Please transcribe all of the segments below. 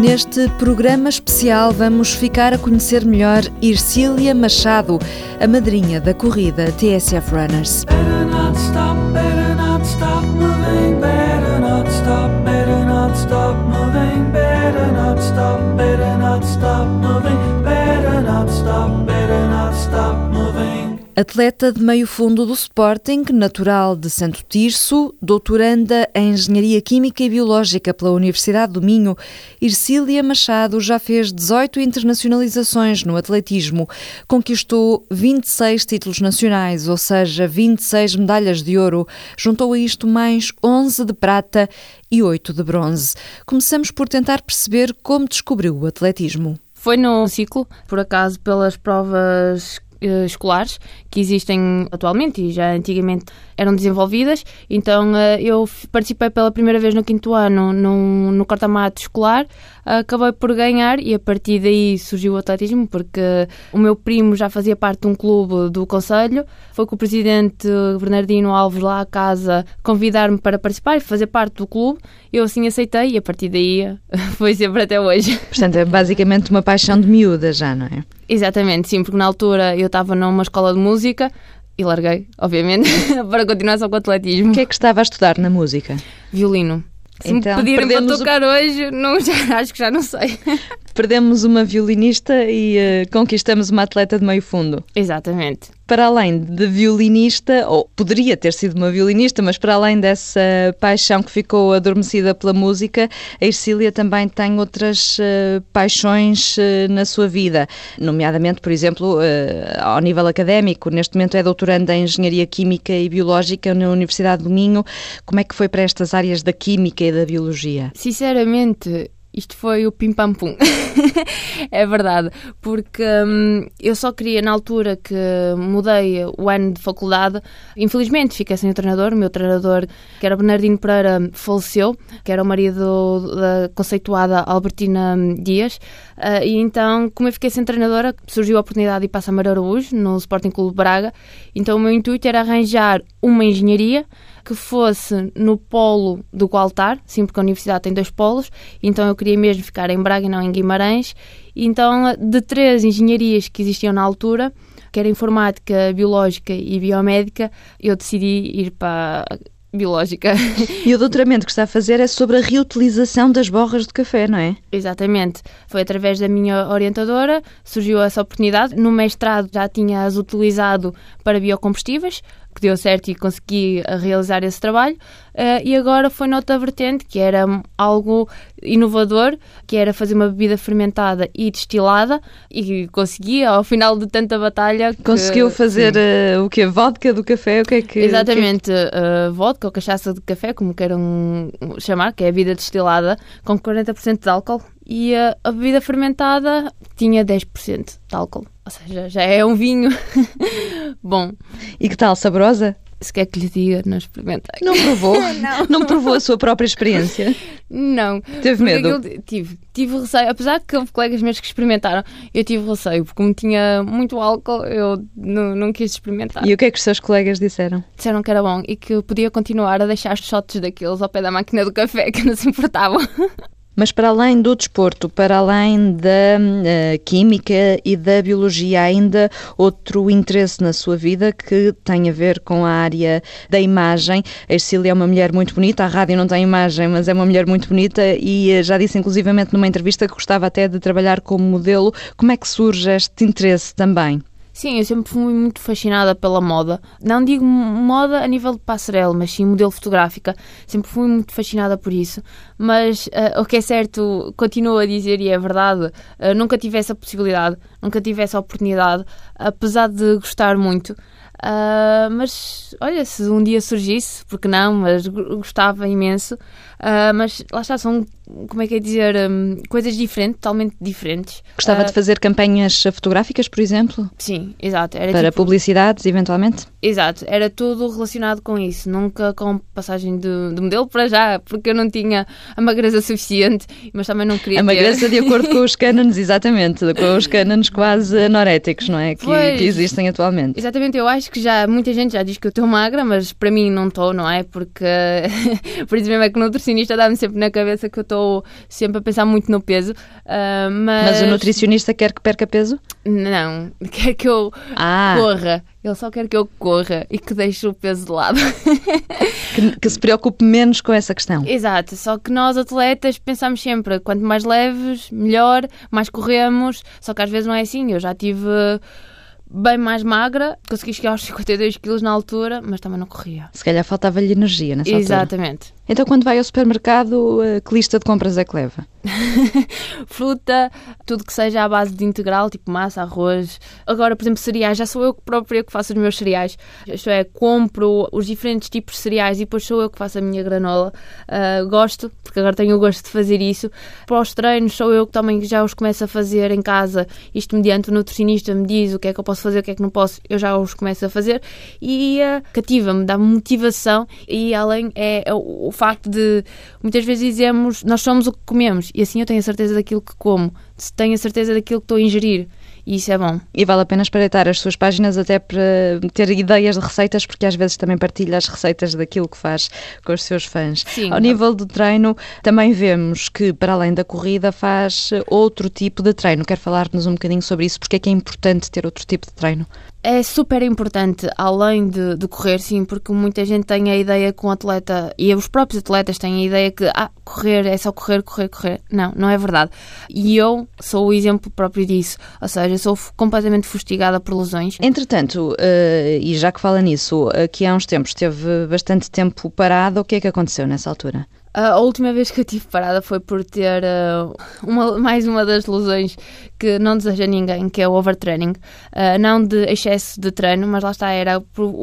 Neste programa especial vamos ficar a conhecer melhor Ercília Machado, a madrinha da corrida TSF Runners. Better not stop, better not stop moving, better not stop, better not stop moving, better not stop, better not stop moving, better not stop, better not stop moving. Atleta de meio fundo do Sporting, natural de Santo Tirso, doutoranda em Engenharia Química e Biológica pela Universidade do Minho, Ercília Machado já fez 18 internacionalizações no atletismo. Conquistou 26 títulos nacionais, ou seja, 26 medalhas de ouro. Juntou a isto mais 11 de prata e 8 de bronze. Começamos por tentar perceber como descobriu o atletismo. Foi no ciclo, por acaso, pelas provas escolares que existem atualmente e já antigamente eram desenvolvidas, então eu participei pela primeira vez no 5º ano no corta-mato escolar, acabei por ganhar e a partir daí surgiu o atletismo, porque o meu primo já fazia parte de um clube do concelho, foi com o presidente Bernardino Alves lá à casa convidar-me para participar e fazer parte do clube, eu assim aceitei e a partir daí foi sempre até hoje. Portanto, é basicamente uma paixão de miúda já, não é? Exatamente, sim, porque na altura eu estava numa escola de música e larguei, obviamente, para continuar só com o atletismo. O que é que estava a estudar na música? Violino. Se então, me pedirem para tocar hoje, acho que já não sei. Perdemos uma violinista e conquistamos uma atleta de meio fundo. Exatamente. Para além de violinista, ou poderia ter sido uma violinista, mas para além dessa paixão que ficou adormecida pela música, a Ercília também tem outras paixões na sua vida, nomeadamente, por exemplo, ao nível académico. Neste momento é doutoranda em Engenharia Química e Biológica na Universidade do Minho. Como é que foi para estas áreas da Química e da Biologia? Sinceramente, isto foi o pim-pam-pum. É verdade, porque eu só queria, na altura que mudei o ano de faculdade, infelizmente fiquei sem o treinador. O meu treinador, que era Bernardino Pereira, faleceu, que era o marido da conceituada Albertina Dias, e então, como eu fiquei sem treinadora, surgiu a oportunidade de ir para a Samara Araújo, no Sporting Clube de Braga. Então o meu intuito era arranjar uma engenharia que fosse no polo do Gualtar, sim, porque a universidade tem 2 polos, então eu queria mesmo ficar em Braga e não em Guimarães. Então, de 3 engenharias que existiam na altura, que era Informática, Biológica e Biomédica, eu decidi ir para a Biológica. E o doutoramento que está a fazer é sobre a reutilização das borras de café, não é? Exatamente. Foi através da minha orientadora, surgiu essa oportunidade. No mestrado já tinha-as utilizado para biocombustíveis, que deu certo e consegui realizar esse trabalho, e agora foi noutra vertente, que era algo inovador, que era fazer uma bebida fermentada e destilada, e consegui, ao final de tanta batalha... Conseguiu fazer o quê? Vodka do café? O que é que... Exatamente, vodka ou cachaça de café, como queiram chamar, que é a bebida destilada, com 40% de álcool, e a bebida fermentada tinha 10% de álcool. Ou seja, já é um vinho bom. E que tal? Saborosa? Se quer que lhe diga, não experimentei. Não provou? Não. Não provou a sua própria experiência? Não. Teve medo? Tive receio. Apesar que houve colegas meus que experimentaram, eu tive receio, porque como tinha muito álcool, eu não quis experimentar. E o que é que os seus colegas disseram? Disseram que era bom e que eu podia continuar a deixar os shots daqueles ao pé da máquina do café, que não se importavam. Mas para além do desporto, para além da química e da biologia, há ainda outro interesse na sua vida que tem a ver com a área da imagem. A Ercília é uma mulher muito bonita, a rádio não tem imagem, mas é uma mulher muito bonita e já disse inclusivamente numa entrevista que gostava até de trabalhar como modelo. Como é que surge este interesse também? Sim, eu sempre fui muito fascinada pela moda. Não digo moda a nível de passarela, mas sim modelo fotográfica. Sempre fui muito fascinada por isso. Mas o que é certo, continuo a dizer, e é verdade, nunca tive essa possibilidade, nunca tive essa oportunidade, apesar de gostar muito. Mas, olha, se um dia surgisse, porque não, mas gostava imenso. Mas lá está, são, como é que é dizer, coisas diferentes, totalmente diferentes. Gostava de fazer campanhas fotográficas, por exemplo? Sim, exato. Era para publicidades, eventualmente? Exato, era tudo relacionado com isso, nunca com passagem de modelo para já, porque eu não tinha a magreza suficiente, mas também não queria a magreza de acordo com os cânones, exatamente, com os cânones quase anoréticos, não é? Que existem atualmente. Exatamente, eu acho que muita gente já diz que eu estou magra, mas para mim não estou, não é? Porque, por isso mesmo é que o nutricionista dá-me sempre na cabeça que eu estou sempre a pensar muito no peso. Mas o nutricionista quer que perca peso? Não, quer que eu corra. Ele só quer que eu corra e que deixe o peso de lado. Que se preocupe menos com essa questão. Exato, só que nós atletas pensamos sempre, quanto mais leves, melhor, mais corremos, só que às vezes não é assim. Eu já tive bem mais magra, consegui chegar aos 52 quilos na altura, mas também não corria. Se calhar faltava-lhe energia nessa altura. Exatamente. Então, quando vai ao supermercado, que lista de compras é que leva? Fruta, tudo que seja à base de integral, tipo massa, arroz. Agora, por exemplo, cereais, já sou eu própria que faço os meus cereais. Isto é, compro os diferentes tipos de cereais e depois sou eu que faço a minha granola. Gosto, porque agora tenho o gosto de fazer isso. Para os treinos, sou eu que também já os começo a fazer em casa. Isto mediante o nutricionista me diz o que é que eu posso fazer, o que é que não posso, eu já os começo a fazer. E cativa-me, dá-me motivação. E além, é o facto de, muitas vezes dizemos, nós somos o que comemos. E assim eu tenho a certeza daquilo que como, tenho a certeza daquilo que estou a ingerir. E isso é bom. E vale a pena espreitar as suas páginas até para ter ideias de receitas, porque às vezes também partilha as receitas daquilo que faz com os seus fãs. Sim. Ao nível do treino, também vemos que, para além da corrida, faz outro tipo de treino. Quer falar-nos um bocadinho sobre isso? Porque é que é importante ter outro tipo de treino? É super importante, além de correr, sim, porque muita gente tem a ideia que um atleta, e os próprios atletas têm a ideia que correr é só correr. Não, não é verdade. E eu sou o exemplo próprio disso. Ou seja, sou completamente fustigada por lesões. Entretanto, e já que fala nisso, aqui há uns tempos esteve bastante tempo parado. O que é que aconteceu nessa altura? A última vez que eu estive parada foi por ter mais uma das lesões que não deseja ninguém, que é o overtraining. Não de excesso de treino, mas lá está, era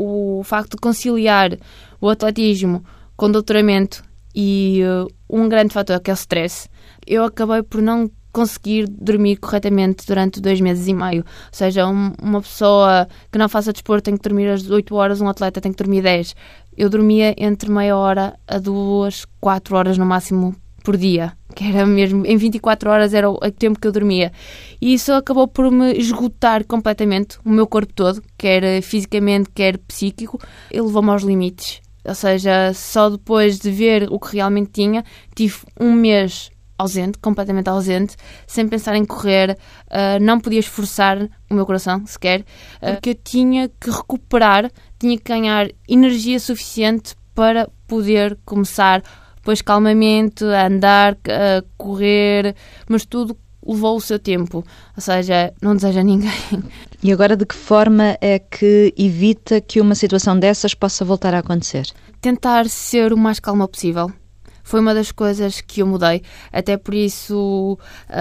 o facto de conciliar o atletismo com o doutoramento e um grande fator que é o stress. Eu acabei por não conseguir dormir corretamente durante 2 meses e meio. Ou seja, uma pessoa que não faça desporto tem que dormir às 8 horas, um atleta tem que dormir 10. Eu dormia entre meia hora a 2, 4 horas no máximo por dia, que era mesmo, em 24 horas era o tempo que eu dormia. E isso acabou por me esgotar completamente, o meu corpo todo, quer fisicamente, quer psíquico, e levou-me aos limites. Ou seja, só depois de ver o que realmente tinha, tive 1 mês ausente, completamente ausente, sem pensar em correr, não podia esforçar o meu coração sequer, porque eu tinha que recuperar, tinha que ganhar energia suficiente para poder começar, depois calmamente, a andar, a correr, mas tudo levou o seu tempo, ou seja, não deseja a ninguém. E agora, de que forma é que evita que uma situação dessas possa voltar a acontecer? Tentar ser o mais calma possível. Foi uma das coisas que eu mudei, até por isso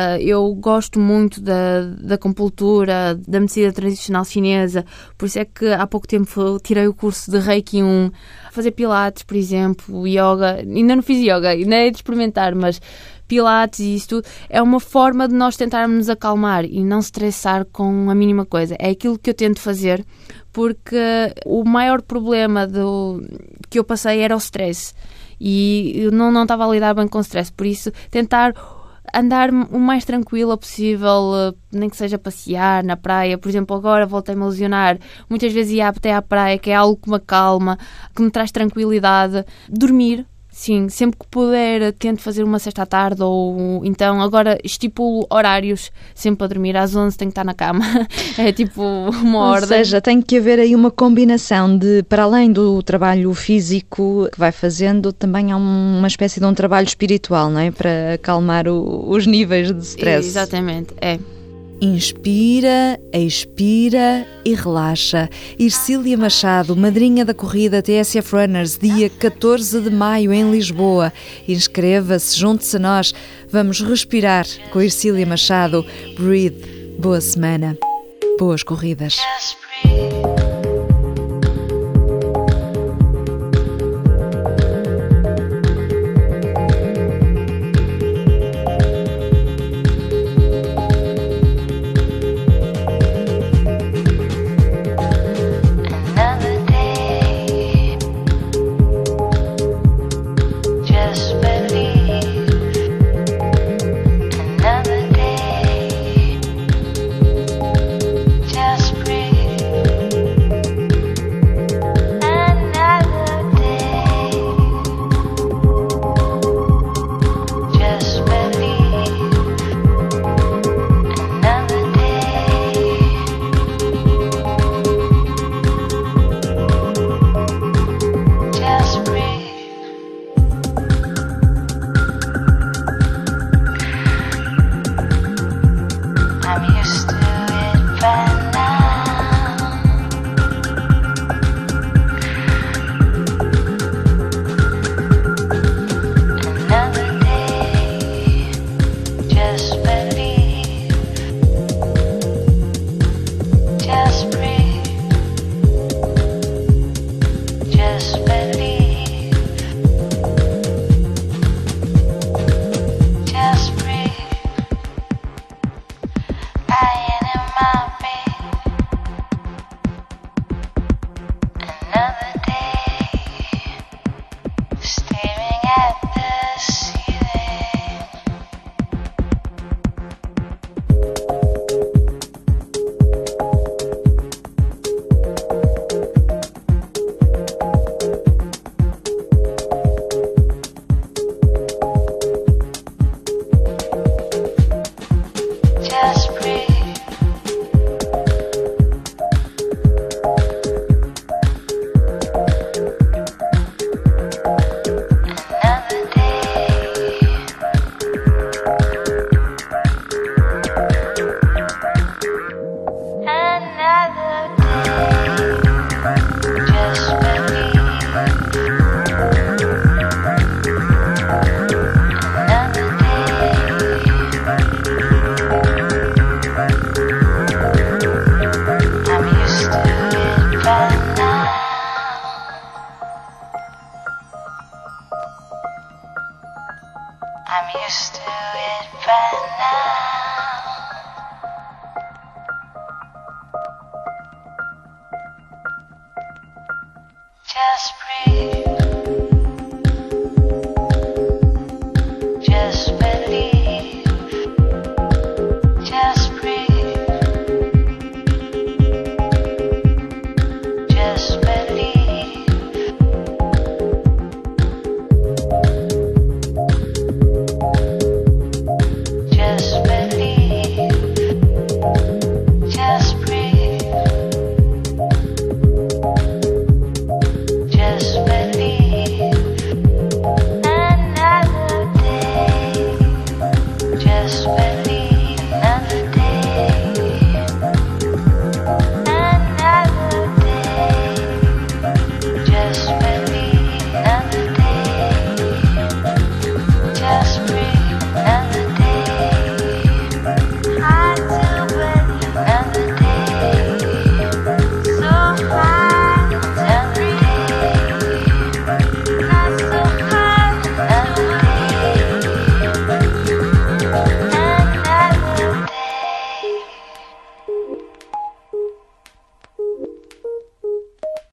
eu gosto muito da acupuntura, da medicina tradicional chinesa, por isso é que há pouco tempo tirei o curso de Reiki 1, fazer pilates, por exemplo, yoga, ainda não fiz yoga, ainda é de experimentar, mas pilates e isso tudo é uma forma de nós tentarmos nos acalmar e não estressar com a mínima coisa. É aquilo que eu tento fazer, porque o maior problema que eu passei era o stress. E eu não estava a lidar bem com o stress, por isso tentar andar o mais tranquila possível, nem que seja passear na praia. Por exemplo, agora voltei-me a lesionar, muitas vezes ia até à praia, que é algo que me acalma, que me traz tranquilidade. Dormir, sim, sempre que puder tento fazer uma sexta à tarde, ou então agora estipulo horários sempre para dormir, às 11 tenho que estar na cama, é tipo uma ordem. Ou seja, tem que haver aí uma combinação de, para além do trabalho físico que vai fazendo, também há uma espécie de um trabalho espiritual, não é? Para acalmar os níveis de stress. Exatamente, é. Inspira, expira e relaxa. Ercília Machado, madrinha da corrida TSF Runners, dia 14 de maio em Lisboa. Inscreva-se, junte-se a nós. Vamos respirar com Ercília Machado. Breathe. Boa semana. Boas corridas. Just breathe. I'm used to it by now.